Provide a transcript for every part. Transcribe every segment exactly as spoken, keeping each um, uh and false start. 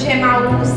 de Emaús.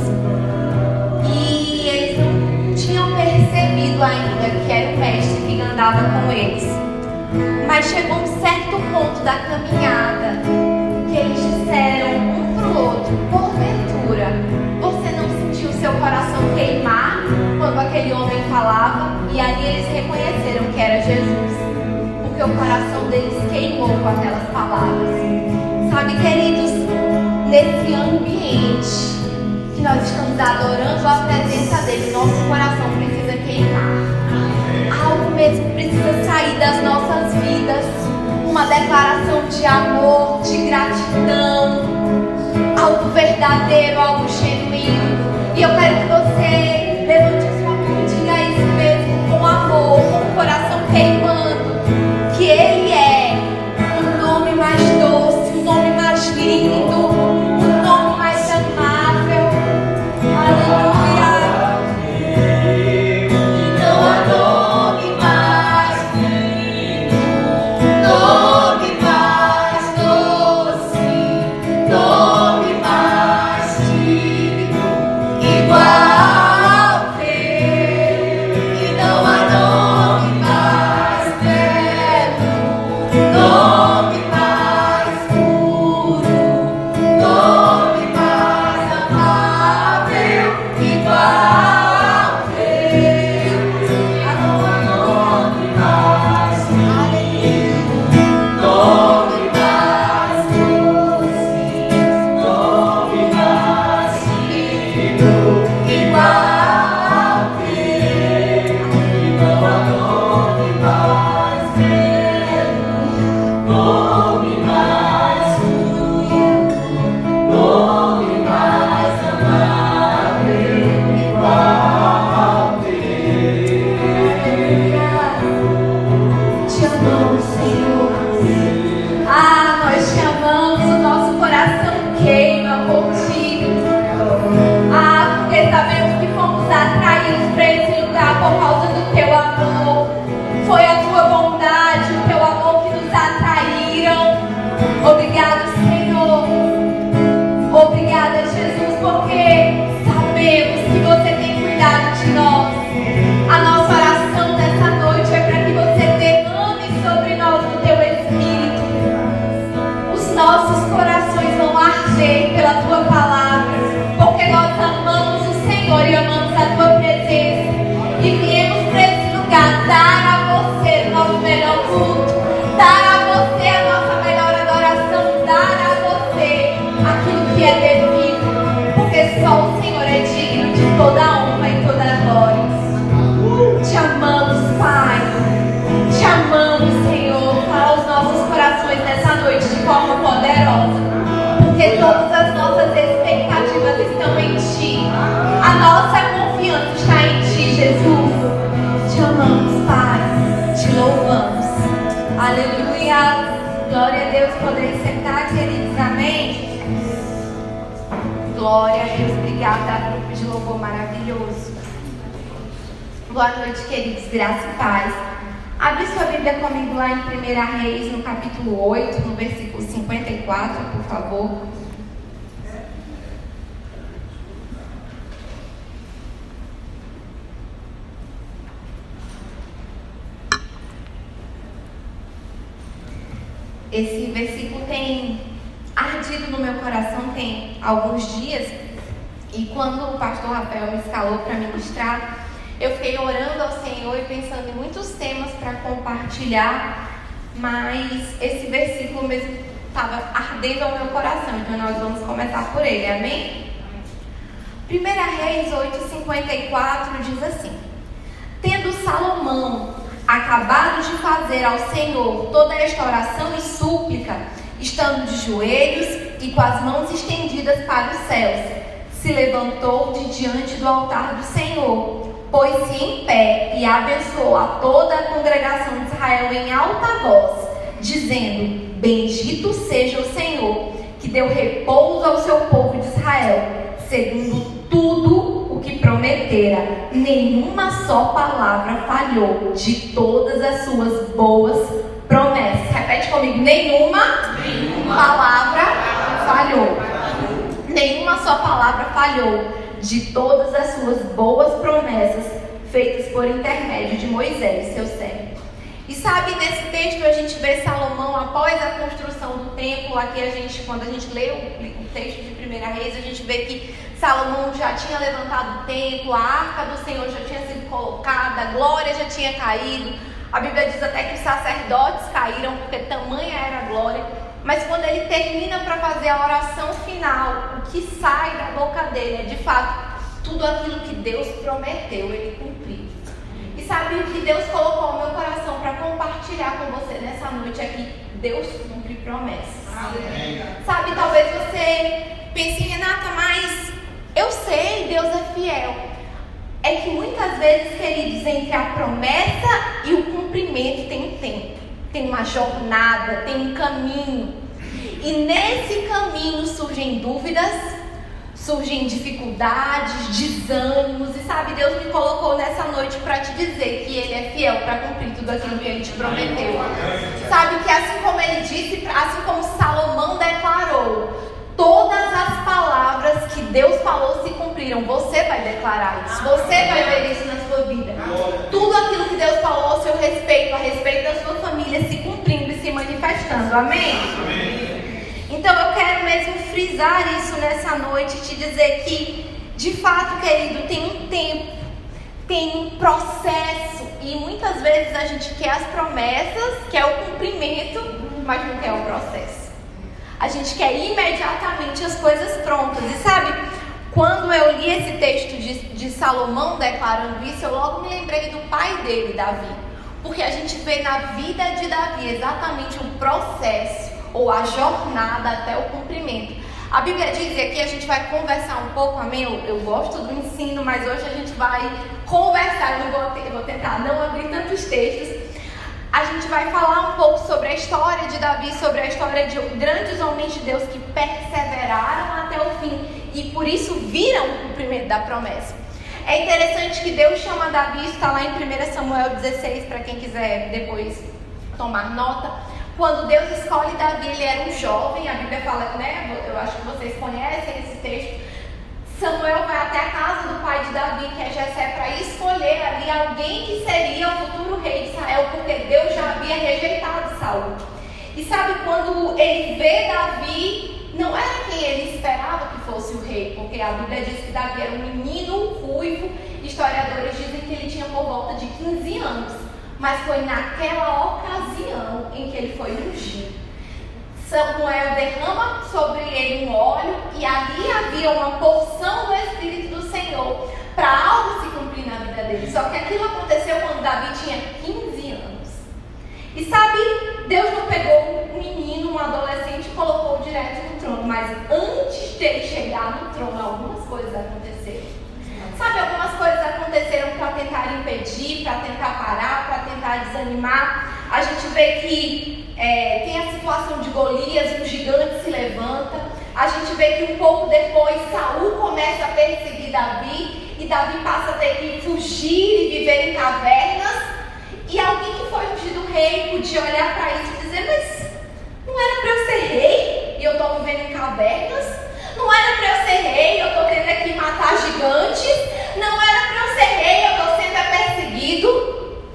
E eles não tinham percebido ainda que era o mestre que andava com eles. Mas chegou um certo ponto da caminhada que eles disseram um para o outro: porventura, você não sentiu seu coração queimar quando aquele homem falava? E ali eles reconheceram que era Jesus, porque o coração deles queimou com aquelas palavras. Sabe, queridos, nesse ambiente que nós estamos adorando a presença dele, nosso coração precisa queimar. Algo mesmo precisa sair das nossas vidas. Uma declaração de amor, de gratidão, algo verdadeiro, algo genuíno. E eu quero que você levante a sua mão e diga isso mesmo, com amor, com o coração queimando, que Ele é o nome mais doce, o nome mais lindo, o nome mais amável. Aleluia. E não há nome mais lindo, nome mais doce, nome mais digno, igual. Glória a Deus, obrigada, grupo de louvor maravilhoso. Boa noite, queridos, graça e paz. Abre sua Bíblia comigo lá em primeira Reis, no capítulo oito, no versículo cinquenta e quatro, por favor. Esse versículo tem ardido no meu coração tem alguns dias, e quando o pastor Rafael me escalou para ministrar, eu fiquei orando ao Senhor e pensando em muitos temas para compartilhar, mas esse versículo mesmo estava ardendo ao meu coração, então nós vamos começar por ele, amém? primeira Reis oito, cinquenta e quatro diz assim: tendo Salomão acabado de fazer ao Senhor toda esta oração e súplica, estando de joelhos e com as mãos estendidas para os céus, se levantou de diante do altar do Senhor, pôs-se em pé e abençoou a toda a congregação de Israel em alta voz, dizendo: bendito seja o Senhor, que deu repouso ao seu povo de Israel, segundo tudo o que prometera. Nenhuma só palavra falhou de todas as suas boas promessas. Repete comigo: nenhuma, nenhuma palavra falhou. nenhuma só palavra falhou de todas as suas boas promessas feitas por intermédio de Moisés, seu servo. E sabe, nesse texto a gente vê Salomão após a construção do templo. Aqui a gente, quando a gente lê o, o texto de Primeira Reis, a gente vê que Salomão já tinha levantado o templo, a arca do Senhor já tinha sido colocada, a glória já tinha caído. A Bíblia diz até que os sacerdotes caíram, porque tamanha era a glória. Mas quando ele termina para fazer a oração final, o que sai da boca dele é de fato tudo aquilo que Deus prometeu, ele cumpriu. E sabe o que Deus colocou no meu coração para compartilhar com você nessa noite é que Deus cumpre promessas. Amém. Sabe, talvez você pense, Renata, mas eu sei, Deus é fiel. É que muitas vezes, queridos, entre a promessa e o cumprimento tem um tempo, tem uma jornada, tem um caminho. E nesse caminho surgem dúvidas, surgem dificuldades, desânimos. E sabe, Deus me colocou nessa noite para te dizer que Ele é fiel para cumprir tudo aquilo que Ele te prometeu. Sabe que assim como Ele disse, assim como Salomão declarou, todas as palavras que Deus falou se cumpriram. Você vai declarar isso, você vai ver isso na sua vida. Tudo aquilo que Deus falou ao seu respeito, a respeito da sua família, se cumprindo e se manifestando. Amém? Amém. Então eu quero mesmo frisar isso nessa noite, te dizer que, de fato, querido, tem um tempo, tem um processo. E muitas vezes a gente quer as promessas, quer o cumprimento, mas não quer o processo. A gente quer imediatamente as coisas prontas. E sabe, quando eu li esse texto de, de Salomão declarando isso, eu logo me lembrei do pai dele, Davi. Porque a gente vê na vida de Davi exatamente o processo, ou a jornada até o cumprimento. A Bíblia diz, e aqui a gente vai conversar um pouco, amém? Eu, eu gosto do ensino, mas hoje a gente vai conversar, eu, não vou, eu vou tentar não abrir tantos textos. A gente vai falar um pouco sobre a história de Davi, sobre a história de grandes homens de Deus que perseveraram até o fim e por isso viram o cumprimento da promessa. É interessante que Deus chama Davi, isso está lá em primeiro Samuel dezesseis, para quem quiser depois tomar nota. Quando Deus escolhe Davi, ele era um jovem, a Bíblia fala, né? Eu acho que vocês conhecem esse texto. Samuel vai até a casa do pai de Davi, que é Jessé, para escolher ali alguém que seria o futuro rei de Israel, porque Deus já havia rejeitado Saul. E sabe, quando ele vê Davi, não era quem ele esperava que fosse o rei, porque a Bíblia diz que Davi era um menino ruivo, historiadores dizem que ele tinha por volta de quinze anos. Mas foi naquela ocasião em que ele foi ungido. Samuel derrama sobre ele um óleo e ali havia uma porção do Espírito do Senhor para algo se cumprir na vida dele. Só que aquilo aconteceu quando Davi tinha quinze anos. E sabe, Deus não pegou um menino, um adolescente e colocou direto no trono. Mas antes de ele chegar no trono, algumas coisas aconteceram. Sabe, algumas coisas aconteceram para tentar impedir, para tentar parar, para tentar desanimar. A gente vê que é, tem a situação de Golias, um gigante se levanta. A gente vê que um pouco depois Saul começa a perseguir Davi e Davi passa a ter que fugir e viver em cavernas. E alguém que foi ungido rei podia olhar para isso e dizer, mas não era para eu ser rei e eu estou vivendo em cavernas? Não era para eu ser rei, eu estou tendo que matar gigantes. Não era para eu ser rei, eu estou sendo perseguido.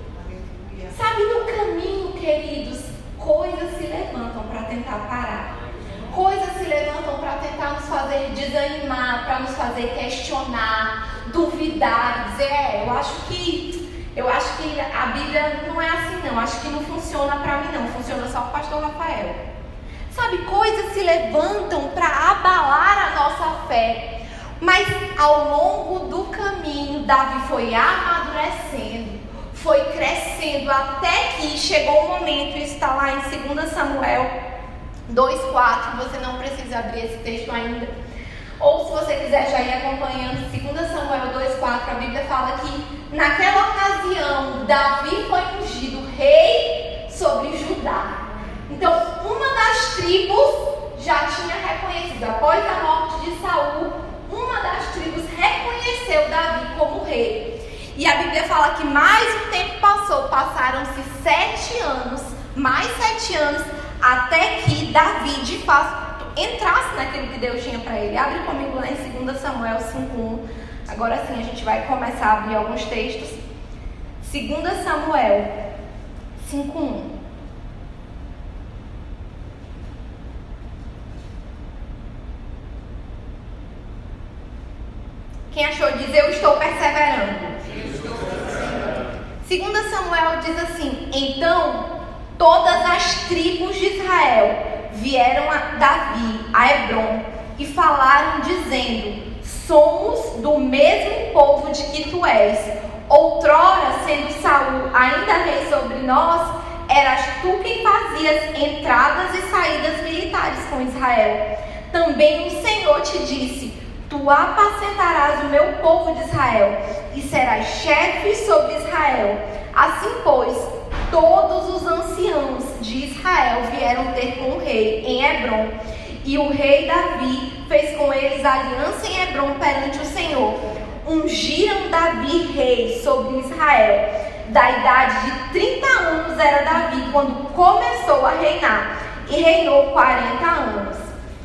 Sabe, no caminho, queridos, coisas se levantam para tentar parar. Coisas se levantam para tentar nos fazer desanimar, para nos fazer questionar, duvidar e dizer, é, eu acho que, eu acho que a Bíblia não é assim não, acho que não funciona para mim não, funciona só para o pastor Rafael. Sabe, coisas se levantam para abalar a nossa fé. Mas ao longo do caminho, Davi foi amadurecendo, foi crescendo, até que chegou o momento, isso está lá em dois Samuel dois, quatro, você não precisa abrir esse texto ainda. Ou se você quiser já ir acompanhando, dois Samuel dois, quatro, a Bíblia fala que naquela ocasião, Davi foi ungido rei sobre Judá. Então, uma das tribos já tinha reconhecido, após a morte de Saul, uma das tribos reconheceu Davi como rei. E a Bíblia fala que mais um tempo passou, passaram-se sete anos, mais sete anos, até que Davi de fato entrasse naquilo que Deus tinha para ele. Abre comigo lá em dois Samuel cinco um. Agora sim a gente vai começar a abrir alguns textos. dois Samuel cinco um. Quem achou diz: eu estou perseverando. dois Samuel diz assim: então todas as tribos de Israel vieram a Davi, a Hebrom, e falaram dizendo: somos do mesmo povo de que tu és. Outrora, sendo Saul ainda rei sobre nós, eras tu quem fazias entradas e saídas militares com Israel. Também o Senhor te disse: tu apacentarás o meu povo de Israel e serás chefe sobre Israel. Assim, pois, todos os anciãos de Israel vieram ter com o rei em Hebrom. E o rei Davi fez com eles aliança em Hebrom perante o Senhor. Ungiram Davi rei sobre Israel. Da idade de trinta anos era Davi quando começou a reinar, e reinou quarenta anos.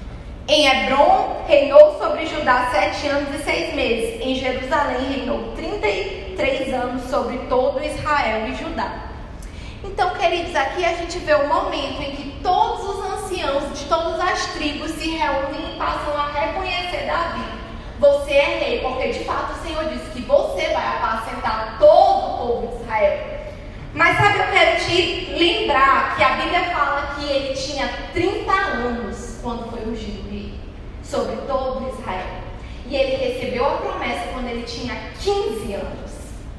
Em Hebrom reinou sobre Judá sete anos e seis meses. Em Jerusalém reinou trinta e três anos sobre todo Israel e Judá. Então, queridos, aqui a gente vê o momento em que todos os anciãos de todas as tribos se reúnem e passam a reconhecer Davi. Você é rei, porque de fato o Senhor disse que você vai apacentar todo o povo de Israel. Mas sabe, eu quero te lembrar que a Bíblia fala que ele tinha trinta anos quando foi ungido rei sobre todo Israel. E ele recebeu a promessa quando ele tinha quinze anos.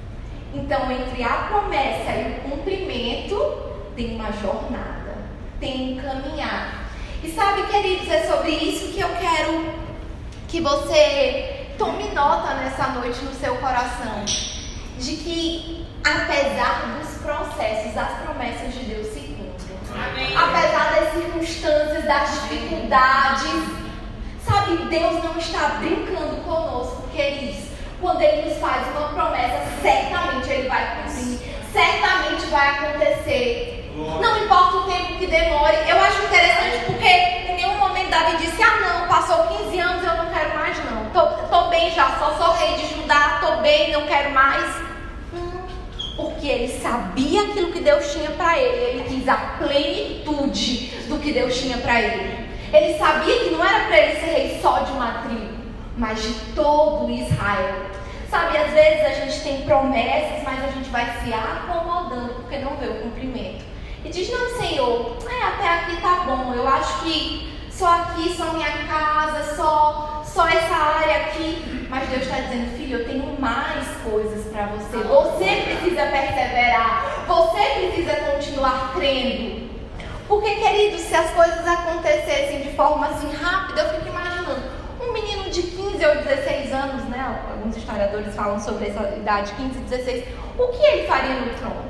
Então, entre a promessa e o cumprimento, tem uma jornada, tem um caminhar. E sabe, queridos, é sobre isso que eu quero que você tome nota nessa noite no seu coração. De que, apesar dos processos, das promessas de Deus se cumprem. Amém. Apesar das circunstâncias, das dificuldades, sabe, Deus não está brincando conosco, queridos. Quando Ele nos faz uma promessa, certamente Ele vai cumprir, certamente vai acontecer. Não importa o tempo que demore. Eu acho interessante porque em nenhum momento Davi disse: ah não, passou quinze anos, eu não quero mais não. Tô, tô bem já, só sou rei de Judá, tô bem, não quero mais. Não, porque ele sabia aquilo que Deus tinha para ele. Ele quis a plenitude do que Deus tinha para ele. Ele sabia que não era para ele ser rei só de uma tribo, mas de todo Israel. Sabe, às vezes a gente tem promessas, mas a gente vai se acomodando porque não vê o cumprimento. E diz: não, Senhor, é, até aqui tá bom, eu acho que só aqui, só minha casa, só, só essa área aqui. Mas Deus está dizendo: filho, eu tenho mais coisas para você. Você precisa perseverar, você precisa continuar crendo. Porque, queridos, se as coisas acontecessem de forma assim rápida, eu fico imaginando um menino de quinze ou dezesseis anos, né? Alguns historiadores falam sobre essa idade, quinze, dezesseis. O que ele faria no trono?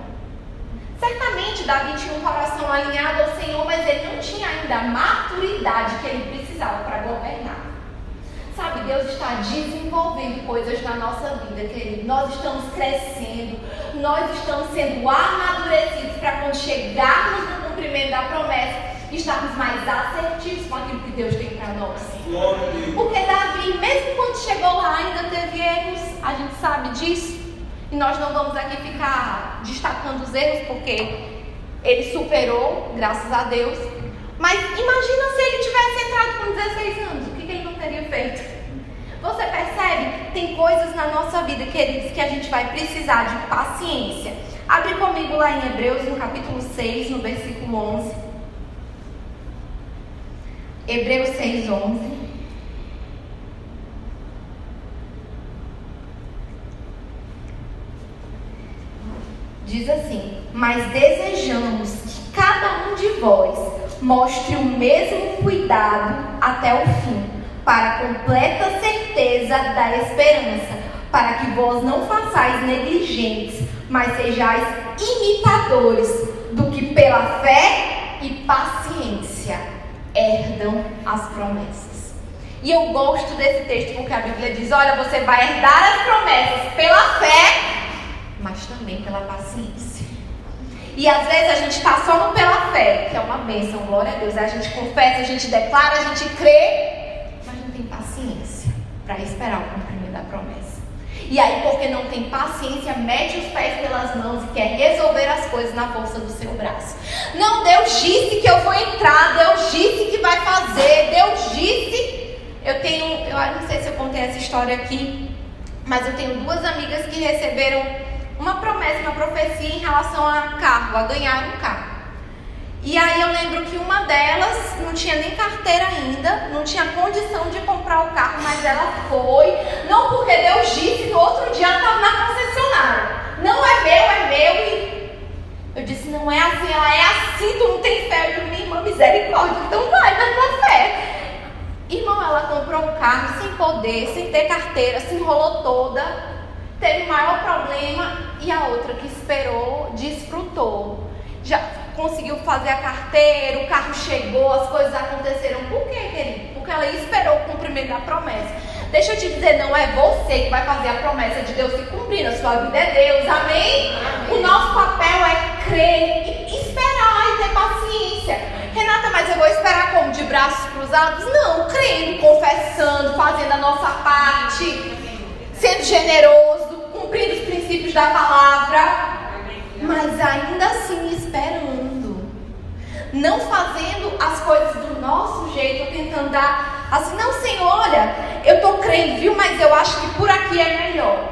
Certamente Davi tinha um coração alinhado ao Senhor, mas ele não tinha ainda a maturidade que ele precisava para governar. Sabe, Deus está desenvolvendo coisas na nossa vida, querido. Nós estamos crescendo, nós estamos sendo amadurecidos para quando chegarmos no cumprimento da promessa, estarmos mais assertivos com aquilo que Deus tem para nós. Porque Davi, mesmo quando chegou lá, ainda teve erros, a gente sabe disso. E nós não vamos aqui ficar destacando os erros, porque ele superou, graças a Deus. Mas imagina se ele tivesse entrado com dezesseis anos, o que ele não teria feito? Você percebe? Tem coisas na nossa vida, queridos, que a gente vai precisar de paciência. Abre comigo lá em Hebreus, no capítulo seis, no versículo onze. Hebreus seis, onze. Diz assim: mas desejamos que cada um de vós mostre o mesmo cuidado até o fim, para a completa certeza da esperança, para que vós não façais negligentes, mas sejais imitadores do que pela fé e paciência herdam as promessas. E eu gosto desse texto porque a Bíblia diz: olha, você vai herdar as promessas pela fé, mas também pela paciência. E às vezes a gente está só no pela fé, que é uma bênção, glória a Deus. A gente confessa, a gente declara, a gente crê, mas não tem paciência para esperar o cumprimento da promessa. E aí, porque não tem paciência, mete os pés pelas mãos e quer resolver as coisas na força do seu braço. Não, Deus disse que eu vou entrar, Deus disse que vai fazer, Deus disse. Eu tenho, eu não sei se eu contei essa história aqui, mas eu tenho duas amigas que receberam uma promessa, uma profecia em relação a carro, a ganhar um carro. E aí eu lembro que uma delas não tinha nem carteira ainda, não tinha condição de comprar o carro, mas ela foi, não porque Deus disse, no outro dia ela estava na concessionária. Não é meu, é meu. E eu disse, não é assim, ela é assim, tu não tem fé. Eu disse, minha irmã, misericórdia, então vai na tua fé. Irmão, ela comprou um carro sem poder, sem ter carteira, se enrolou toda, teve o maior problema. E a outra que esperou, desfrutou. Já conseguiu fazer a carteira, o carro chegou, as coisas aconteceram. Por quê, querido? Porque ela esperou o cumprimento da promessa. Deixa eu te dizer, não é você que vai fazer a promessa de Deus se cumprir. Na sua vida é Deus, amém? Amém. O nosso papel é crer e esperar e ter paciência. Renata, mas eu vou esperar como? De braços cruzados? Não, crendo, confessando, fazendo a nossa parte, sendo generoso, cumprindo os princípios da palavra, mas ainda assim esperando, não fazendo as coisas do nosso jeito, tentando dar assim, não, Senhor, olha, eu tô crendo, viu, mas eu acho que por aqui é melhor.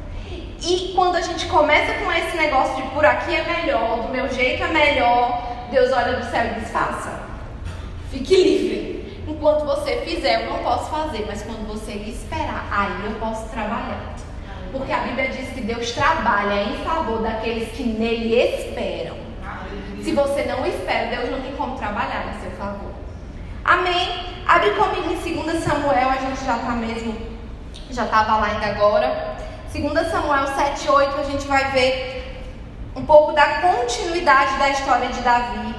E quando a gente começa com esse negócio de por aqui é melhor, do meu jeito é melhor, Deus olha do céu e diz, faça, fique livre. Enquanto você fizer, eu não posso fazer, mas quando você esperar, aí eu posso trabalhar. Porque a Bíblia diz que Deus trabalha em favor daqueles que nele esperam. Se você não espera, Deus não tem como trabalhar em seu favor. Amém? Abre comigo em dois Samuel, a gente já está mesmo, já estava lá ainda agora. dois Samuel sete, oito, a gente vai ver um pouco da continuidade da história de Davi.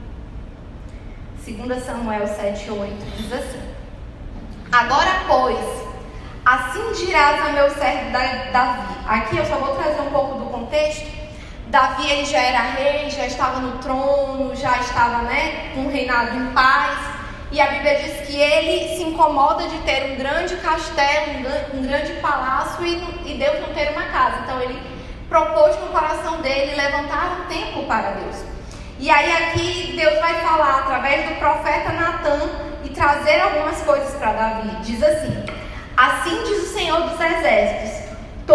dois Samuel sete, oito, diz assim: agora, pois, assim dirás a meu servo Davi. Aqui eu só vou trazer um pouco do contexto. Davi, ele já era rei, já estava no trono, já estava, né, com um reinado em paz. E a Bíblia diz que ele se incomoda de ter um grande castelo, um, um grande palácio e, e Deus não ter uma casa. Então ele propôs no coração dele levantar um templo para Deus. E aí aqui Deus vai falar através do profeta Natã e trazer algumas coisas para Davi. Diz assim: assim diz o Senhor dos Exércitos: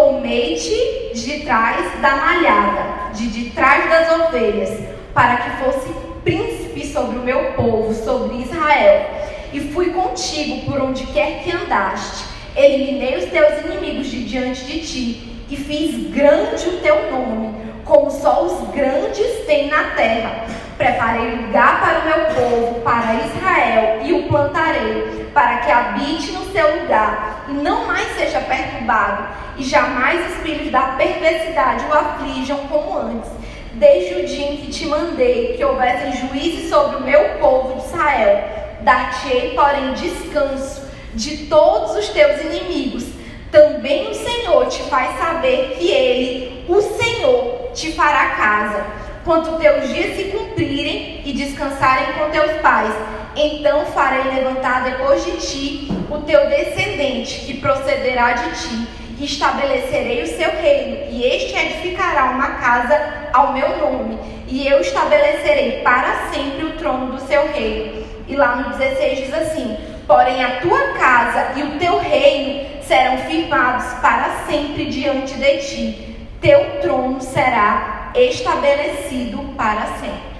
tomei-te de trás da malhada, de de trás das ovelhas, para que fosse príncipe sobre o meu povo, sobre Israel. E fui contigo por onde quer que andaste. Eliminei os teus inimigos de diante de ti, e fiz grande o teu nome, como só os grandes têm na terra. Preparei lugar para o meu povo, para Israel, e o plantarei, para que habite no seu lugar, e não mais seja perturbado, e jamais os filhos da perversidade o aflijam como antes, desde o dia em que te mandei que houvessem juízes sobre o meu povo de Israel. Dar-te-ei, porém, descanso de todos os teus inimigos. Também o Senhor te faz saber que Ele, o Senhor, te fará casa, quando teus dias se cumprirem e descansarem com teus pais. Então farei levantar depois de ti o teu descendente, que procederá de ti, e estabelecerei o seu reino, e este edificará uma casa ao meu nome, e eu estabelecerei para sempre o trono do seu reino. E lá no dezesseis diz assim: porém a tua casa e o teu reino serão firmados para sempre diante de ti, teu trono será estabelecido para sempre.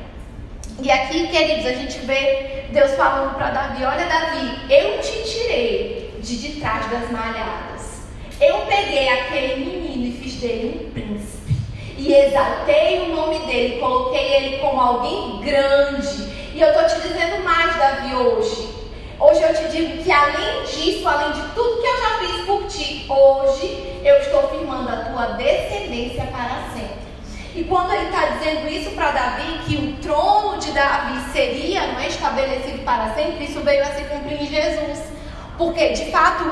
E aqui, queridos, a gente vê Deus falando para Davi: olha, Davi, eu te tirei de de trás das malhadas. Eu peguei aquele menino e fiz dele um príncipe, e exaltei o nome dele, coloquei ele como alguém grande. E eu estou te dizendo mais, Davi, hoje. Hoje eu te digo que além disso, além de tudo que eu já fiz por ti, hoje eu estou firmando a tua descendência para sempre. E quando ele está dizendo isso para Davi, que o trono de Davi seria, não é, estabelecido para sempre, isso veio a se cumprir em Jesus. Porque, de fato,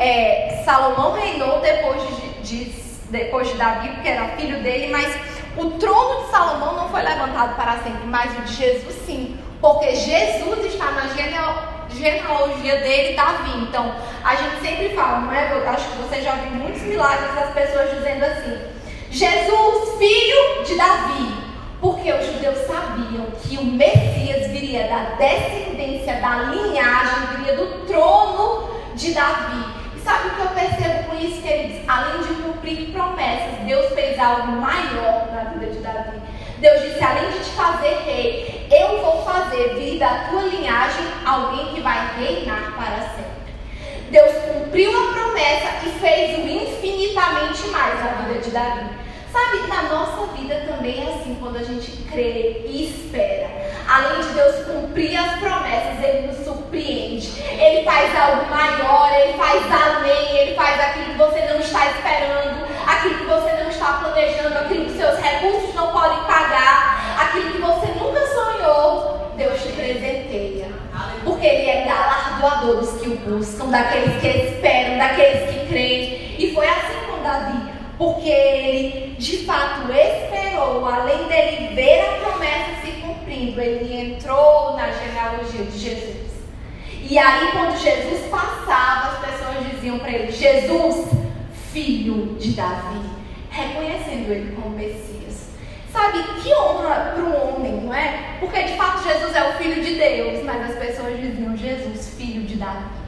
é, Salomão reinou depois de, de, depois de Davi, porque era filho dele, mas o trono de Salomão não foi levantado plantado para sempre, mas o de Jesus sim, porque Jesus está na genealogia dele, Davi. Então, a gente sempre fala, não é? Eu acho que você já viu muitos milagres das pessoas dizendo assim: Jesus, filho de Davi, porque os judeus sabiam que o Messias viria da descendência, da linhagem, viria do trono de Davi. E sabe o que eu percebo com isso, queridos? Além de cumprir promessas, Deus fez algo maior na vida de Davi. Deus disse: além de te fazer rei, eu vou fazer vir da tua linhagem alguém que vai reinar para sempre. Deus cumpriu a promessa e fez o infinitamente mais na vida de Davi. Sabe, na nossa vida também é assim, quando a gente crê e espera. Além de Deus cumprir as promessas, Ele nos surpreende. Ele faz algo maior, Ele faz além, Ele faz aquilo que você não está esperando, aquilo que você não está planejando, aquilo que seus recursos não podem pagar, aquilo que você nunca sonhou, Deus te presenteia. Porque Ele é galardoador dos que o buscam, daqueles que esperam, daqueles que creem. E foi assim com Davi. Porque ele, de fato, esperou, além dele ver a promessa se cumprindo, ele entrou na genealogia de Jesus. E aí, quando Jesus passava, as pessoas diziam para ele: Jesus, filho de Davi, reconhecendo ele como Messias. Sabe, que honra para o homem, não é? Porque, de fato, Jesus é o Filho de Deus, mas as pessoas diziam: Jesus, filho de Davi.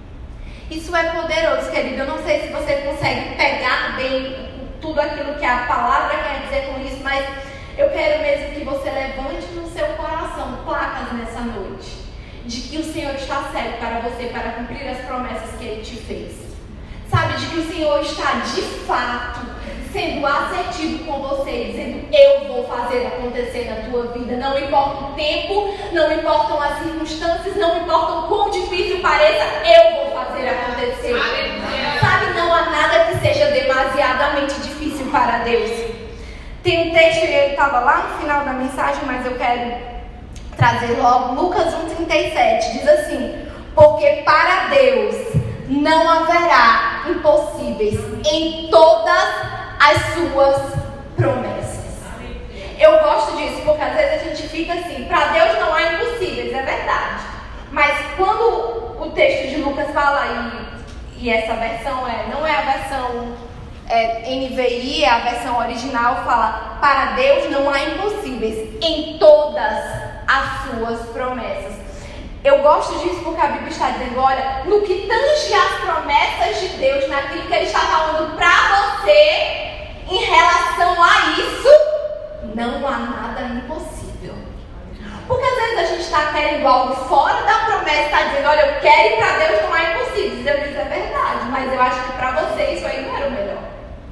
Isso é poderoso, querido. Eu não sei se você consegue pegar bem tudo aquilo que a palavra quer dizer com isso, mas eu quero mesmo que você levante no seu coração placas nessa noite, de que o Senhor está certo para você, para cumprir as promessas que Ele te fez. Sabe, de que o Senhor está de fato sendo assertivo com você, dizendo: eu vou fazer acontecer na tua vida. Não importa o tempo, não importam as circunstâncias, não importa o quão difícil pareça, eu vou fazer acontecer. Sabe, não há nada que seja demasiadamente difícil para Deus. Tem um texto, e ele estava lá no final da mensagem, mas eu quero trazer logo. Lucas um, trinta e sete, diz assim: porque para Deus não haverá impossíveis em todas as suas promessas. Eu gosto disso, porque às vezes a gente fica assim: para Deus não há impossíveis, é verdade. Mas quando o texto de Lucas fala, e, e essa versão é, não é a versão é, N V I, é a versão original, fala: para Deus não há impossíveis em todas as suas promessas. Eu gosto disso porque a Bíblia está dizendo: olha, no que tange as promessas de Deus, naquilo que Ele está falando para você, em relação a isso, não há nada impossível. Porque às vezes a gente está querendo algo fora da promessa, está dizendo: olha, eu quero, e para Deus não há impossíveis. Eu disse: é verdade, mas eu acho que para você isso aí não era o melhor.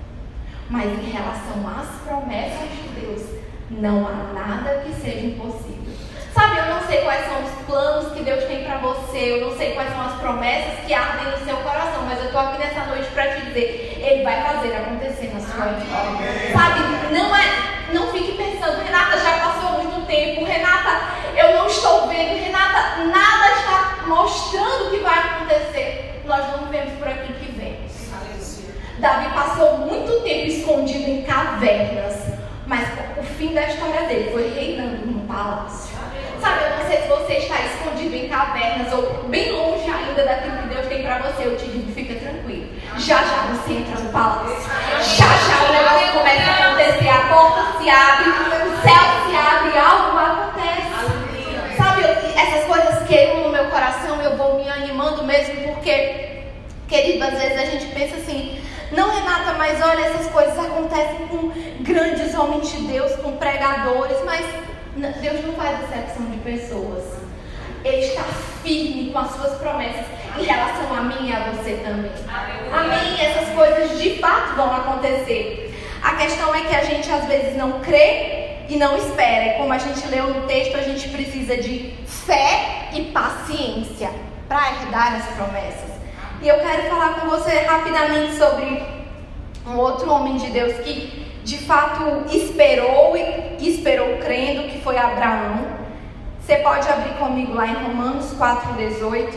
Mas em relação às promessas de Deus, não há nada que seja impossível. Sabe, eu não sei quais são os planos que Deus tem para você, eu não sei quais são as promessas que ardem no seu coração, mas eu estou aqui nessa noite para te dizer: Ele vai fazer acontecer na sua vida. Sabe, não, é, não fique pensando: Renata, já passou muito tempo, Renata, eu não estou vendo, Renata, nada está mostrando o que vai acontecer. Nós não vemos por aquilo que vemos. Davi passou muito tempo escondido em cavernas, mas o fim da história dele foi reinando num palácio. Sabe, eu não sei se você está escondido em cavernas ou bem longe ainda daquilo que Deus tem para você. Eu te digo: fica tranquilo. Já já você entra no palácio. Já já o negócio começa a acontecer. A porta se abre, o céu se abre, algo acontece. Sabe, eu, essas coisas queimam no meu coração, eu vou me animando mesmo, porque, querido, às vezes a gente pensa assim: não, Renata, mas olha, essas coisas acontecem com grandes homens de Deus, com pregadores, mas Deus não faz acepção de pessoas. Ele está firme com as suas promessas em relação a mim e a você também. Amém? Essas coisas de fato vão acontecer. A questão é que a gente às vezes não crê e não espera. E como a gente leu no texto, a gente precisa de fé e paciência para herdar as promessas. E eu quero falar com você rapidamente sobre um outro homem de Deus que de fato esperou e esperou crendo, que foi Abraão. Você pode abrir comigo lá em Romanos quatro, dezoito.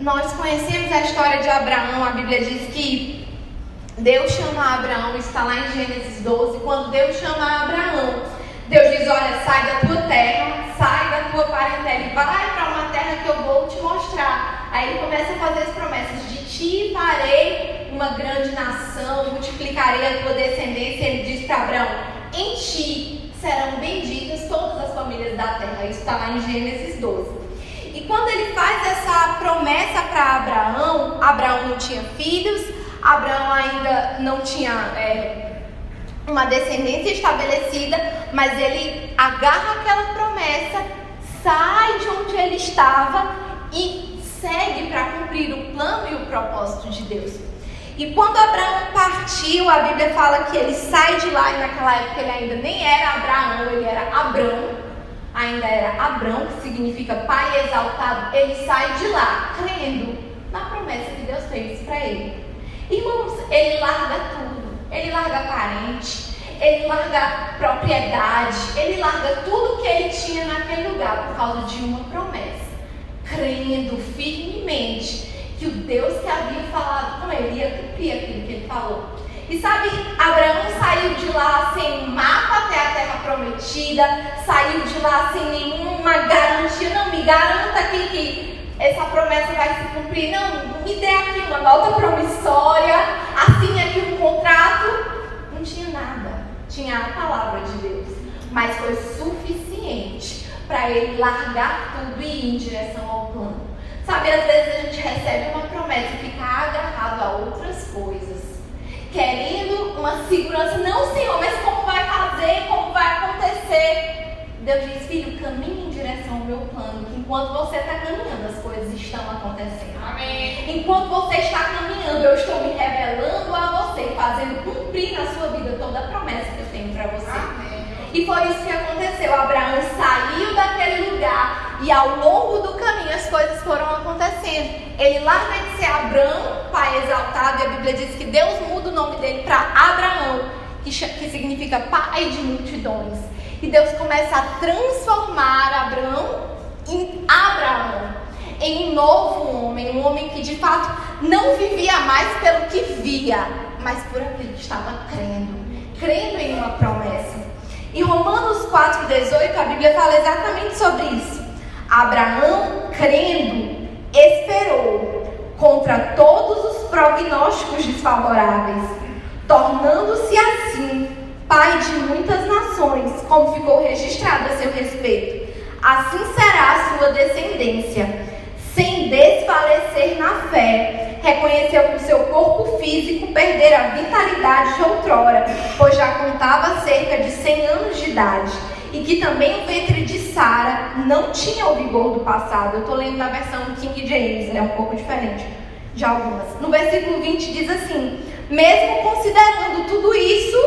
Nós conhecemos a história de Abraão. A Bíblia diz que Deus chama Abraão, está lá em Gênesis doze. Quando Deus chama Abraão, Deus diz: olha, sai da tua terra, sai da tua parentela e vai para uma terra que eu vou te mostrar. Aí ele começa a fazer as promessas: de ti farei uma grande nação, multiplicarei a tua descendência. Ele diz para Abraão: em ti serão benditas todas as famílias da terra. Isso está lá em Gênesis doze. E quando ele faz essa promessa para Abraão, Abraão não tinha filhos, Abraão ainda não tinha é, uma descendência estabelecida, mas ele agarra aquela promessa, sai de onde ele estava e segue para cumprir o plano e o propósito de Deus. E quando Abraão partiu, a Bíblia fala que ele sai de lá, e naquela época ele ainda nem era Abraão, ele era Abrão. Ainda era Abrão, que significa pai exaltado. Ele sai de lá, crendo na promessa que Deus fez para ele. Irmãos, ele larga tudo. Ele larga parente, ele larga propriedade, ele larga tudo que ele tinha naquele lugar por causa de uma promessa, crendo firmemente que o Deus que havia falado com ele ia cumprir aquilo que ele falou. E sabe, Abraão saiu de lá sem mapa até a terra prometida, saiu de lá sem nenhuma garantia. Não, me garanta aqui que essa promessa vai se cumprir. Não, me dê aqui uma nota promissória, assine aqui um contrato. Não tinha nada, tinha a palavra de Deus. Mas foi suficiente para ele largar tudo e ir em direção ao plano. Sabe, às vezes a gente recebe uma promessa e fica agarrado a outras coisas, querendo uma segurança. Não, Senhor, mas como vai fazer? Como vai acontecer? Deus diz: filho, caminhe em direção ao meu plano, que enquanto você está caminhando, as coisas estão acontecendo. Amém. Enquanto você está caminhando, eu estou me revelando a você, fazendo cumprir na sua vida toda a promessa que eu tenho para você. Amém. E foi isso que aconteceu. Abraão saiu daquele lugar e ao longo do caminho as coisas foram acontecendo. Ele larga de ser Abrão, pai exaltado, e a Bíblia diz que Deus muda o nome dele para Abraão, que, que significa pai de multidões. E Deus começa a transformar Abrão em Abraão, em um novo homem, um homem que de fato não vivia mais pelo que via, mas por aquilo que estava crendo, crendo em uma promessa. Em Romanos quatro, dezoito, a Bíblia fala exatamente sobre isso. Abraão, crendo, esperou contra todos os prognósticos desfavoráveis, tornando-se assim pai de muitas nações, como ficou registrado a seu respeito. Assim será a sua descendência. Sem desfalecer na fé, reconheceu que o seu corpo físico perdera a vitalidade de outrora, pois já contava cerca de cem anos de idade, e que também o ventre de Sara não tinha o vigor do passado. Eu estou lendo na versão King James, é um pouco diferente de algumas. No versículo vinte diz assim: mesmo considerando tudo isso,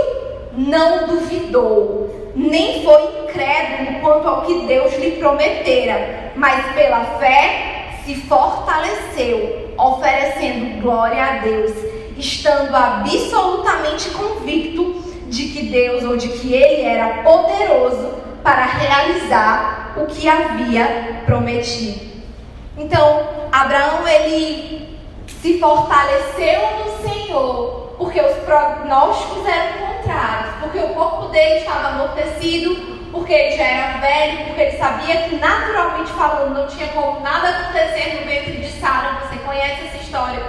não duvidou, nem foi incrédulo quanto ao que Deus lhe prometera, mas pela fé se fortaleceu, oferecendo glória a Deus, estando absolutamente convicto de que Deus, ou de que Ele era poderoso para realizar o que havia prometido. Então, Abraão, ele se fortaleceu no Senhor, porque os prognósticos eram contrários, porque o corpo dele estava amortecido, porque ele já era velho, porque ele sabia que naturalmente falando não tinha como nada acontecer no ventre de Sara. Você conhece essa história.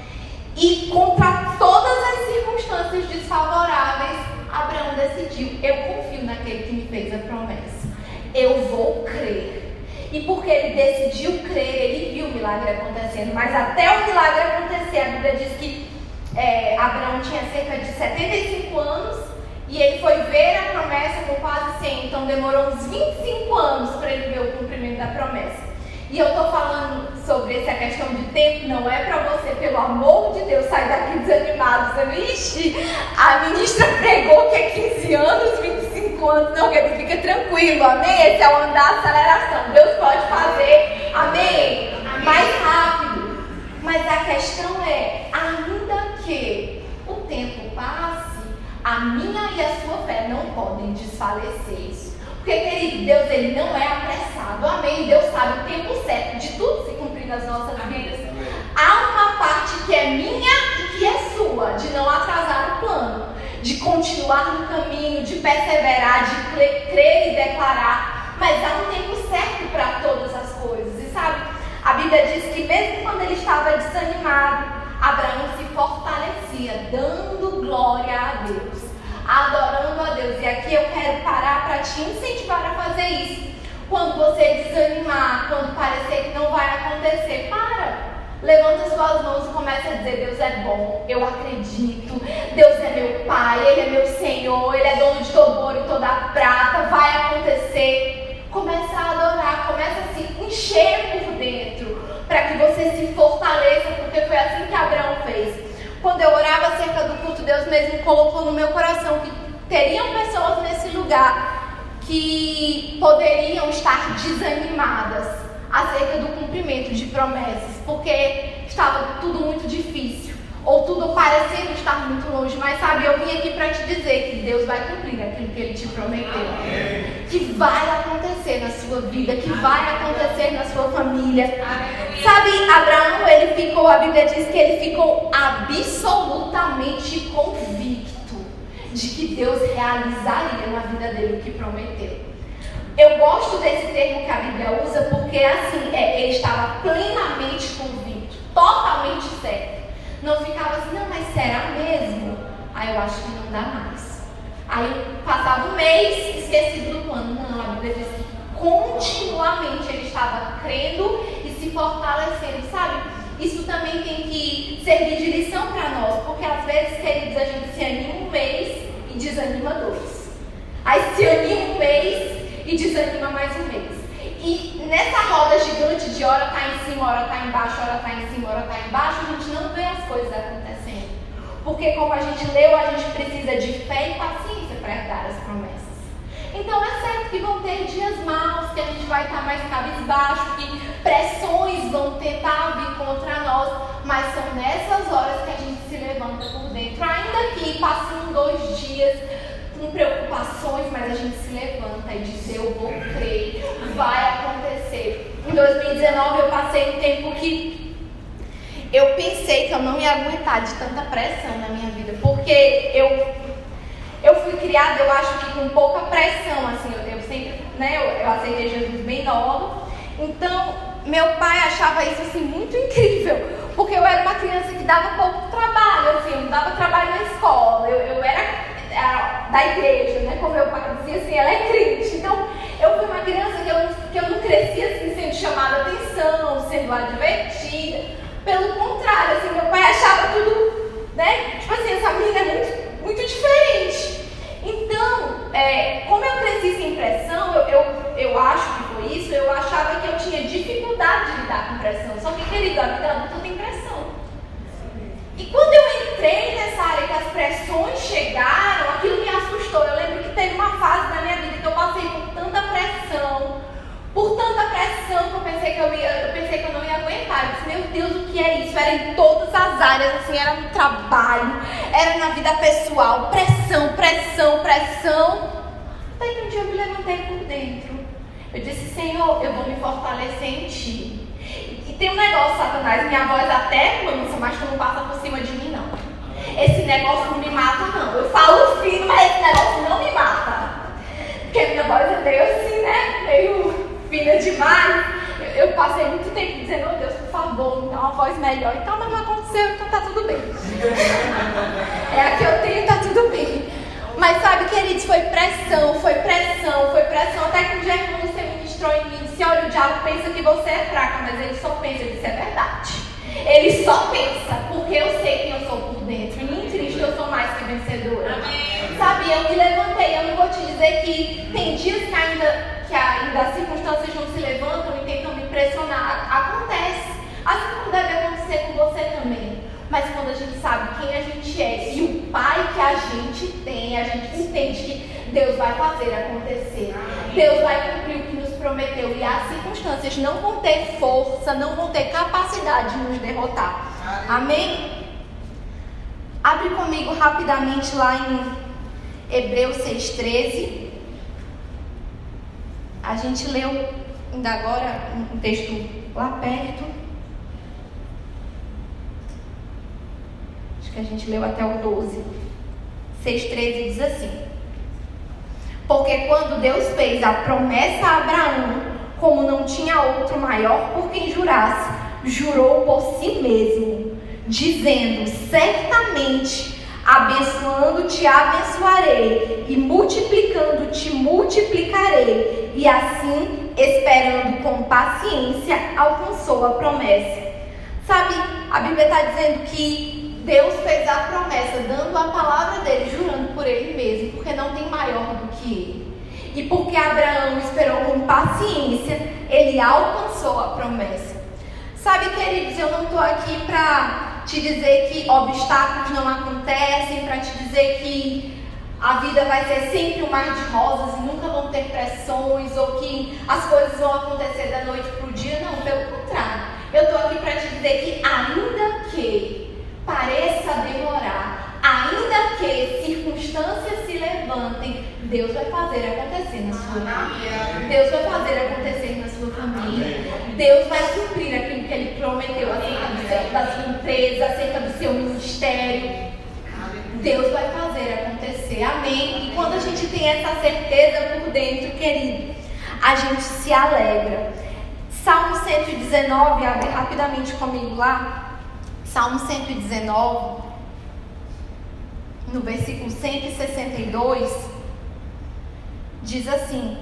E contra todas as circunstâncias desfavoráveis, Abraão decidiu: eu confio naquele que me fez a promessa, eu vou crer. E porque ele decidiu crer, ele viu o milagre acontecendo. Mas até o milagre acontecer, a Bíblia diz que é, Abraão tinha cerca de setenta e cinco anos, e ele foi ver a promessa com quase cem. Então demorou uns vinte e cinco anos para ele ver o cumprimento da promessa. E eu estou falando sobre essa questão de tempo, não é para você, pelo amor de Deus, sair daqui desanimado, dizendo: ixi, a ministra pregou que é quinze anos, vinte e cinco anos. Não, querido, fica tranquilo, amém? Esse é o andar aceleração. Deus pode fazer, amém? Amém. Mais rápido. Mas a questão é, ainda que o tempo passe, a minha e a sua fé não podem desfalecer isso. Porque, querido, Deus, ele não é apressado. Amém? Deus sabe o tempo certo de tudo se cumprir nas nossas vidas. há uma parte que é minha e que é sua, de não atrasar o plano, de continuar no caminho, de perseverar, de crer e declarar, mas há um tempo certo para todas as coisas. E sabe, a Bíblia diz que mesmo quando ele estava desanimado, Abraão se fortalecia, dando glória a Deus, adorando a Deus. E aqui eu quero parar para te incentivar a fazer isso. Quando você desanimar, quando parecer que não vai acontecer, para. Levanta suas mãos e começa a dizer: Deus é bom, eu acredito, Deus é meu Pai, Ele é meu Senhor, Ele é dono de todo ouro e toda prata, vai acontecer. Começa a adorar, começa a se encher por dentro, para que você se fortaleça, porque foi assim que Abraão fez. Quando eu orava acerca do culto, Deus mesmo colocou no meu coração que teriam pessoas nesse lugar que poderiam estar desanimadas acerca do cumprimento de promessas, porque estava tudo muito difícil, ou tudo parecendo estar muito longe. Mas sabe, eu vim aqui para te dizer que Deus vai cumprir aquilo que Ele te prometeu. Amém. Que vai acontecer na sua vida, que vai acontecer na sua família. Amém. Sabe, Abraão, ele ficou, a Bíblia diz que ele ficou absolutamente convicto de que Deus realizaria na vida dele o que prometeu. Eu gosto desse termo que a Bíblia usa porque assim, é, ele estava plenamente convicto, totalmente certo. Não ficava assim: não, mas será mesmo? Aí eu acho que não dá mais. Aí passava um mês esquecido do plano. Não, a Bíblia diz que continuamente ele estava crendo e se fortalecendo, sabe? Isso também tem que servir de lição para nós, porque às vezes, queridos, a gente se anima um mês e desanima dois. Aí se anima um mês e desanima mais um mês. E nessa roda gigante de hora tá em cima, hora tá embaixo, hora tá em cima, hora tá embaixo, a gente não vê as coisas acontecendo. Porque como a gente leu, a gente precisa de fé e paciência para herdar as promessas. Então é certo que vão ter dias maus, que a gente vai estar mais cabisbaixo, que pressões vão tentar vir contra nós, mas são nessas horas que a gente se levanta por dentro. Ainda que passem dois dias com preocupações, mas a gente se levanta e diz: eu vou crer, vai acontecer. Em dois mil e dezenove eu passei um tempo que eu pensei que eu não ia aguentar de tanta pressão na minha vida, porque eu, eu fui criada, eu acho que com pouca pressão, assim, eu, eu sempre, né, eu, eu aceitei Jesus bem nova, então meu pai achava isso assim muito incrível, porque eu era uma criança que dava pouco trabalho, assim, eu não dava trabalho na escola, eu, eu era da igreja, né? Como meu pai dizia assim, ela é crente. Então, eu fui uma criança que eu, que eu não cresci assim, sendo chamada atenção, sendo advertida. Pelo contrário, assim, meu pai achava tudo, né? Tipo assim, essa menina é muito, muito diferente. Então, é, como eu cresci sem pressão, eu, eu, eu acho que foi isso, eu achava que eu tinha dificuldade de lidar com pressão. Só que, querido, a vida adulta tem pressão. E quando eu entrei nessa área que as pressões chegaram, aquilo me assustou. Eu lembro que teve uma fase na minha vida que eu passei por tanta pressão, por tanta pressão que eu pensei que eu, ia, eu pensei que eu não ia aguentar. Eu disse: meu Deus, o que é isso? Era em todas as áreas, assim, era no trabalho, era na vida pessoal, pressão, pressão, pressão. Até que um dia eu me levantei por dentro. Eu disse: Senhor, eu vou me fortalecer em Ti. E tem um negócio, Satanás, minha voz até mansa, mas tu não passa por cima de mim, não. Esse negócio não me mata, não. Eu falo fino, mas esse negócio não me mata. Porque minha voz é meio assim, né? Meio fina demais. Eu, eu passei muito tempo dizendo: oh Deus, por favor, me dá uma voz melhor. Então, mas não aconteceu, então tá tudo bem. É a que eu tenho, tá tudo bem. Mas sabe, queridos, foi pressão, foi pressão, foi pressão. Até que um dia quando você ministrou em mim, disse: olha, o diabo pensa que você é fraca, mas ele só pensa. Eu disse: é verdade. Ele só pensa, porque eu sei quem eu sou por dentro. E em Cristo eu sou mais que vencedora. Amém. Sabe, eu me levantei. Eu não vou te dizer que tem dias que ainda, que ainda as circunstâncias não se levantam e tentam me pressionar. Acontece. Assim como deve acontecer com você também. Mas quando a gente sabe quem a gente é e o Pai que a gente tem, a gente entende que Deus vai fazer acontecer. Amém. Deus vai cumprir o que nos prometeu. E as circunstâncias não vão ter força, não vão ter capacidade de nos derrotar. Amém? Amém? Abre comigo rapidamente lá em Hebreus seis, treze. A gente leu ainda agora um texto lá perto. acho que a gente leu até o doze, seis, treze, diz assim: porque quando Deus fez a promessa a Abraão, como não tinha outro maior por quem jurasse, jurou por si mesmo, dizendo: certamente, abençoando-te abençoarei, e multiplicando-te multiplicarei. E assim, esperando com paciência, alcançou a promessa. Sabe, a Bíblia está dizendo que Deus fez a promessa, dando a palavra dele, jurando por ele mesmo, porque não tem maior do que ele. E porque Abraão esperou com paciência, ele alcançou a promessa. Sabe, queridos, eu não estou aqui para te dizer que obstáculos não acontecem, para te dizer que a vida vai ser sempre um mar de rosas e nunca vão ter pressões, ou que as coisas vão acontecer da noite para o dia. Não, pelo contrário. Eu estou aqui para te dizer que ainda que pareça demorar, ainda que circunstâncias se levantem, Deus vai fazer acontecer na sua vida. Deus vai fazer acontecer na sua família. Deus vai cumprir aquilo que Ele prometeu acerca do seu, da sua empresa, acerca do seu ministério. Deus vai fazer acontecer. Amém? E quando a gente tem essa certeza por dentro, querido, a gente se alegra. Salmo cento e dezenove, abre rapidamente comigo lá. Salmo cento e dezenove, no versículo cento e sessenta e dois, diz assim: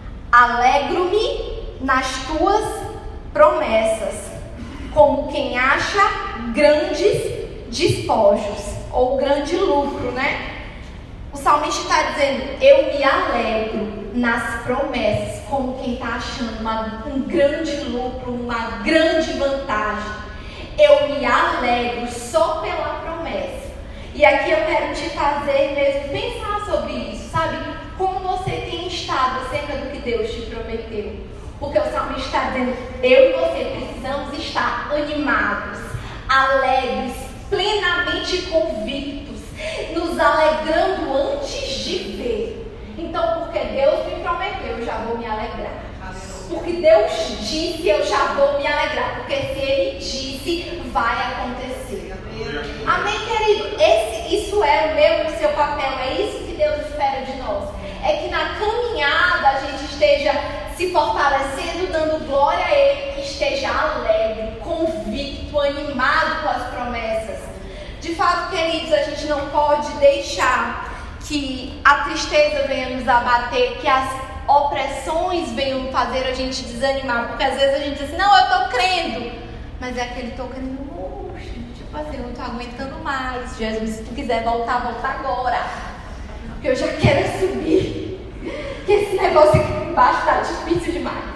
alegro-me nas tuas promessas, como quem acha grandes despojos, ou grande lucro, né? O salmista está dizendo: eu me alegro nas promessas, como quem está achando uma, um grande lucro, uma grande vantagem. Eu me alegro só pela promessa. E aqui eu quero te fazer mesmo pensar sobre isso, sabe? Como você tem estado acerca do que Deus te prometeu. Porque o salmista está dizendo: eu e você precisamos estar animados, alegres, plenamente convictos, nos alegrando antes de ver. Então, porque Deus me prometeu, eu já vou me alegrar. Porque Deus disse, eu já vou me alegrar. Porque se Ele disse, vai acontecer. Amém, querido? Esse, isso é o meu e o seu papel. É isso que Deus espera de nós. É que na caminhada a gente esteja se fortalecendo, dando glória a Ele, que esteja alegre, convicto, animado com as promessas. De fato, queridos, a gente não pode deixar que a tristeza venha nos abater, que as opressões venham fazer a gente desanimar, porque às vezes a gente diz assim: não, eu tô crendo, mas é aquele tô crendo, oxe, tipo assim, eu não tô aguentando mais, Jesus, se tu quiser voltar, volta agora, porque eu já quero subir, que esse negócio aqui embaixo tá difícil demais.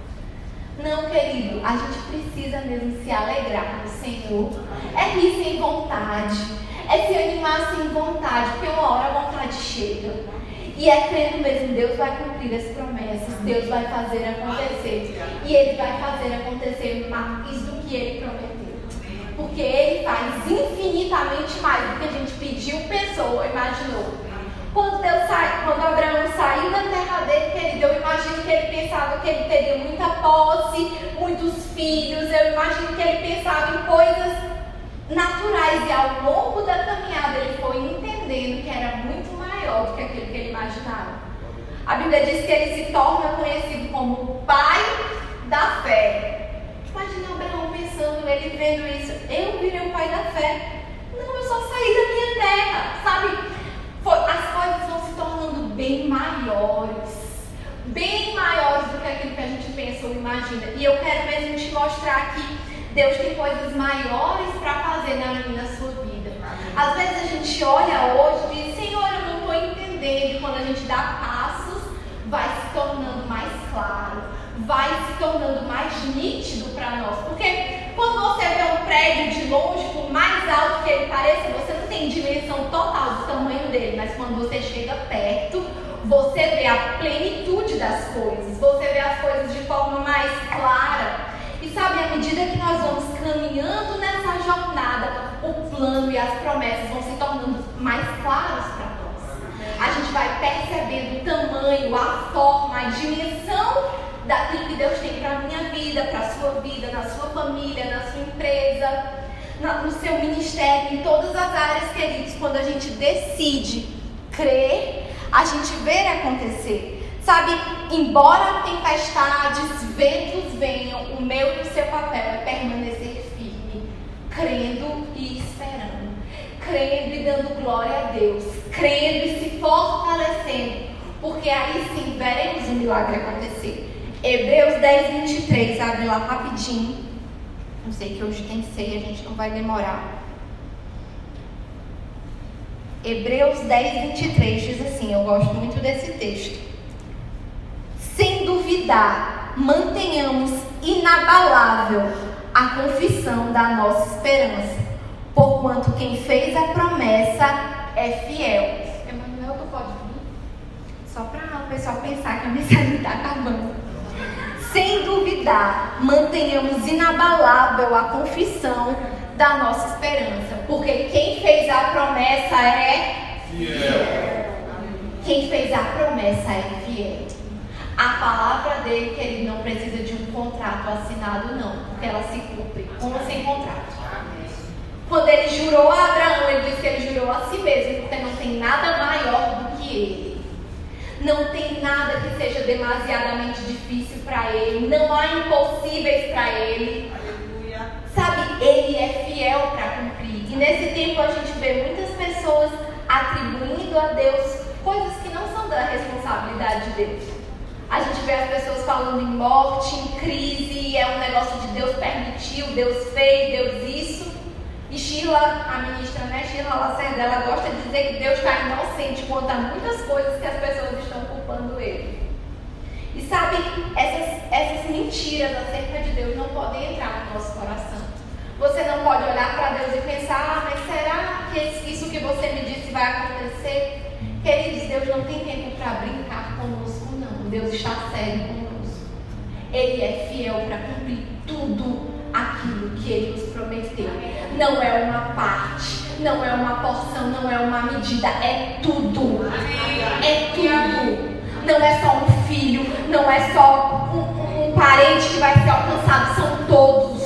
Não, querido, a gente precisa mesmo se alegrar no Senhor, é rir sem vontade, é se animar sem vontade, porque uma hora a vontade chega. E é crendo mesmo, Deus vai cumprir as promessas, Deus vai fazer acontecer. E Ele vai fazer acontecer mais do que Ele prometeu. Porque Ele faz infinitamente mais do que a gente pediu, pensou ou imaginou. Quando, Deus sai, quando Abraão saiu da terra dele, querido, eu imagino que ele pensava que ele teria muita posse, muitos filhos. Eu imagino que ele pensava em coisas naturais. E ao longo da caminhada ele foi entendendo que era muito maior do que aquilo que ele imaginava. A Bíblia diz que ele se torna conhecido como o pai da fé. Imagina Abraão pensando, ele vendo isso: eu virei o pai da fé. Não, eu só saí da minha terra, sabe? As coisas vão se tornando bem maiores, bem maiores do que aquilo que a gente pensa ou imagina. E eu quero mesmo te mostrar que Deus tem coisas maiores para fazer na minha e na sua vida. Às vezes a gente olha hoje e diz: Senhor, eu não estou entendendo. Quando a gente dá passos, vai se tornando mais claro, vai se tornando mais nítido para nós. Porque quando você vê um prédio de longe, por mais alto que ele pareça, você não tem dimensão total do tamanho dele. Mas quando você chega perto, você vê a plenitude das coisas, você vê as coisas de forma mais clara. E sabe, à medida que nós vamos caminhando nessa jornada, o plano e as promessas vão se tornando mais claros para nós. A gente vai percebendo o tamanho, a forma, a dimensão daquilo que Deus tem para a minha vida, para a sua vida, na sua família, na sua empresa. no seu ministério, em todas as áreas, queridos. Quando a gente decide crer, a gente vê acontecer. Sabe, embora tempestades, ventos venham, o meu e o seu papel é permanecer firme, crendo e esperando, crendo e dando glória a Deus, crendo e se fortalecendo, porque aí sim veremos o milagre acontecer. Hebreus dez, vinte e três, abre lá rapidinho. Eu sei que hoje tem ceia, a gente não vai demorar. Hebreus dez, vinte e três diz assim, eu gosto muito desse texto. Sem duvidar, mantenhamos inabalável a confissão da nossa esperança, porquanto quem fez a promessa é fiel. Emanuel, tu pode vir? Só para o pessoal pensar que a mensagem está acabando. Sem duvidar, mantenhamos inabalável a confissão da nossa esperança, porque quem fez a promessa é fiel. Quem fez a promessa é fiel. A palavra dele, que ele não precisa de um contrato assinado, não, porque ela se cumpre com ou sem contrato. Quando ele jurou a Abraão, ele disse que ele jurou a si mesmo, porque não tem nada maior do que ele. Não tem nada que seja demasiadamente difícil para ele. Não há impossíveis para ele. Aleluia. Sabe, ele é fiel para cumprir. E nesse tempo a gente vê muitas pessoas atribuindo a Deus coisas que não são da responsabilidade de Deus. A gente vê as pessoas falando em morte, em crise, é um negócio de Deus permitiu, Deus fez, Deus isso. E Sheila, a ministra, né, Sheila Lacerda, ela gosta de dizer que Deus está inocente quanto a muitas coisas que as pessoas estão culpando ele. E sabe, essas, essas mentiras acerca de Deus não podem entrar no nosso coração. Você não pode olhar para Deus e pensar, ah, mas será que isso que você me disse vai acontecer? Queridos, Deus não tem tempo para brincar conosco, não. Deus está sério conosco. Ele é fiel para cumprir tudo aquilo que Ele nos prometeu. Não é uma parte, não é uma porção, não é uma medida, é tudo. É tudo. Não é só um filho, não é só um, um, um parente que vai ser alcançado, são todos.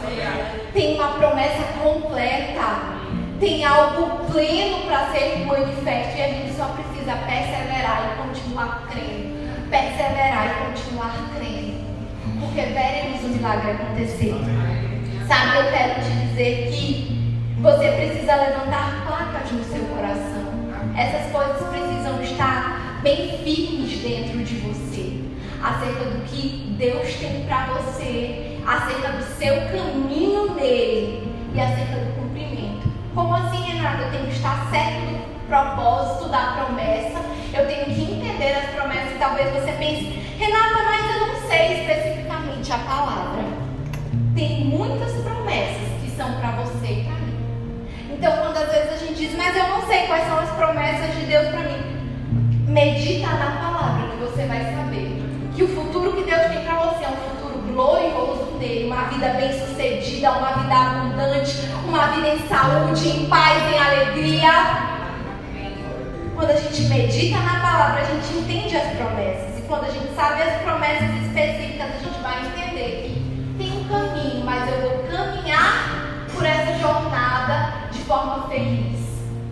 Tem uma promessa completa, tem algo pleno para ser manifesto e a gente só precisa perseverar e continuar crendo. Perseverar e continuar crendo, porque veremos o milagre acontecer. Sabe, eu quero te dizer que você precisa levantar placas no seu coração. Essas coisas precisam estar bem firmes dentro de você, acerca do que Deus tem para você, acerca do seu caminho nele e acerca do cumprimento. Como assim, Renata? Eu tenho que estar certo do propósito da promessa, eu tenho que entender as promessas. E talvez você pense, Renata, mas eu não sei especificamente a palavra. Tem muitas promessas que são para você e para mim. Então, quando às vezes a gente diz, mas eu não sei quais são as promessas de Deus para mim, medita na palavra que você vai saber que o futuro que Deus tem para você é um futuro glorioso nele, uma vida bem sucedida, uma vida abundante, uma vida em saúde, em paz, em alegria. Quando a gente medita na palavra, a gente entende as promessas. E quando a gente sabe as promessas específicas, a gente vai entender que tem um caminho, mas eu vou caminhar por essa jornada de forma feliz,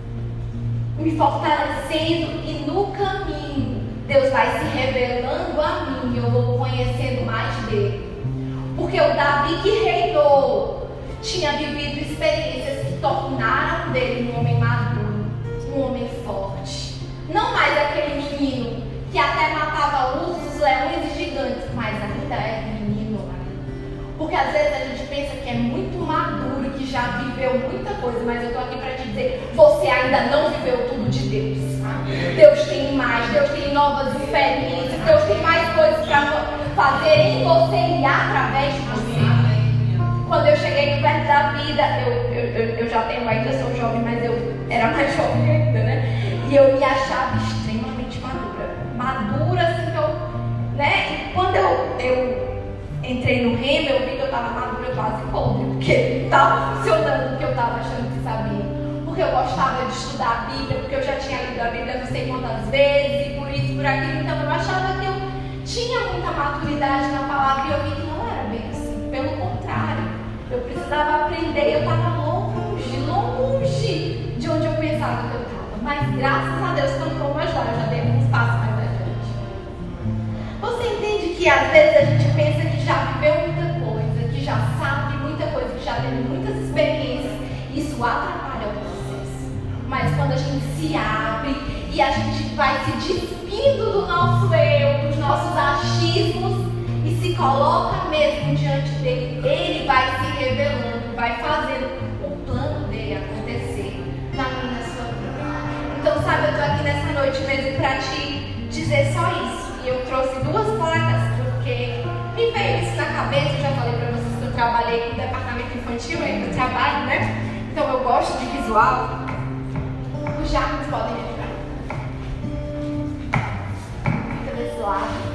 me fortalecendo, e no caminho Deus vai se revelando a mim e eu vou conhecendo mais dele. Porque o Davi que reinou tinha vivido experiências que tornaram dele um homem maduro, um homem forte. Não mais aquele menino que até matava ursos, leões e gigantes, mas ainda é menino. Porque às vezes a gente pensa que é muito maduro, que já viveu muita coisa, mas eu estou aqui para te dizer, você ainda não viveu tudo de Deus. Deus tem mais, Deus tem novas experiências, Deus tem mais coisas para fazer em você e através de você. Quando eu cheguei no perto da vida, eu, eu, eu já tenho, ainda sou jovem, mas eu era mais jovem ainda, né? E eu me achava extremamente madura. Madura, assim, que eu, né? E quando eu, eu entrei no Rema, eu vi que eu estava madura quase podre, porque estava funcionando o que eu estava achando que sabia. Porque eu gostava de estudar a Bíblia, porque eu já tinha lido a Bíblia não sei quantas vezes, e por isso, por aquilo. Então eu achava que eu tinha muita maturidade na palavra, e eu vi que não era bem assim. Pelo contrário, Eu precisava aprender, eu estava longe, longe de onde eu pensava que eu estava. Mas graças a Deus, quando fomos lá, eu já dei uns passos mais adiante. Você entende que às vezes a gente pensa que já viveu muita coisa, que já sabe muita coisa, que já teve muitas experiências. Isso atrapalha o processo. Mas quando a gente se abre e a gente vai se despindo do nosso eu, dos nossos achismos, e se coloca mesmo diante dele, ele vai se revelando, vai fazendo o plano dele acontecer na minha e na sua vida. Então, sabe, eu estou aqui nessa noite mesmo para te dizer só isso. E eu trouxe duas placas porque me veio isso na cabeça. Eu já falei para vocês que eu trabalhei com o departamento infantil, ainda trabalho, né? Então eu gosto de visual. Os jardins podem entrar. Fica desse lado.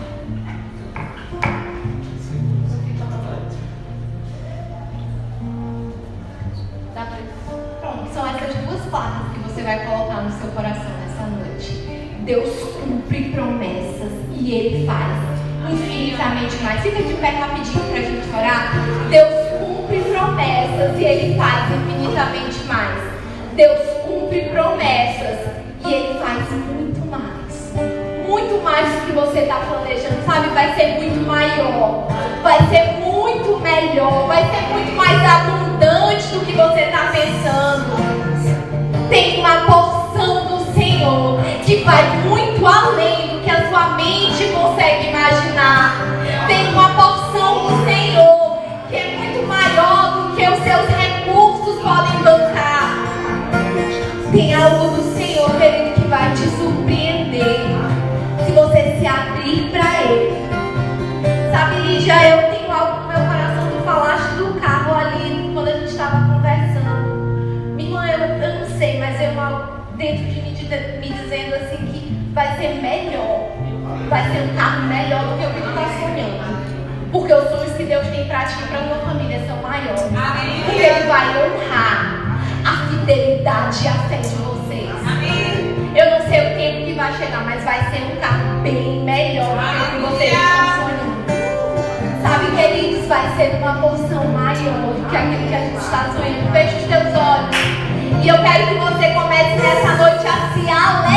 Pronto, são essas duas placas que você vai colocar no seu coração nessa noite. Deus cumpre promessas e Ele faz infinitamente mais. Fica de pé rapidinho pra gente orar. Deus cumpre promessas e Ele faz infinitamente mais. Deus cumpre promessas e Ele faz muito mais. Muito mais do que você está planejando, sabe? Vai ser muito maior. Vai ser muito melhor. Vai ser muito mais abundante do que você está pensando. Tem uma porção do Senhor que vai muito além do que a sua mente consegue imaginar. Tem uma porção do Senhor que é muito maior do que os seus recursos podem bancar. Tem algo do Senhor, querido, que vai te surpreender se você se abrir para Ele. Sabe, Lígia, eu tenho algo no meu coração. Tu falaste do carro ali quando a gente estava conversando. Minha irmã, eu, eu não sei, mas eu algo dentro de mim me dizendo assim que vai ser melhor. Vai ser um carro melhor do que o que tu está sonhando. Porque os sonhos que Deus tem para ti e para a tua família são maiores. Amém. Porque Ele vai honrar a fidelidade e a fé de vocês. Amém. Eu não sei o tempo que vai chegar, mas vai ser um carro bem melhor do que o que vocês estão sonhando. Sabe, queridos, vai ser uma porção maior do que aquilo que a gente está sonhando. Feche os teus olhos. E eu quero que você comece nessa noite a se alegrar.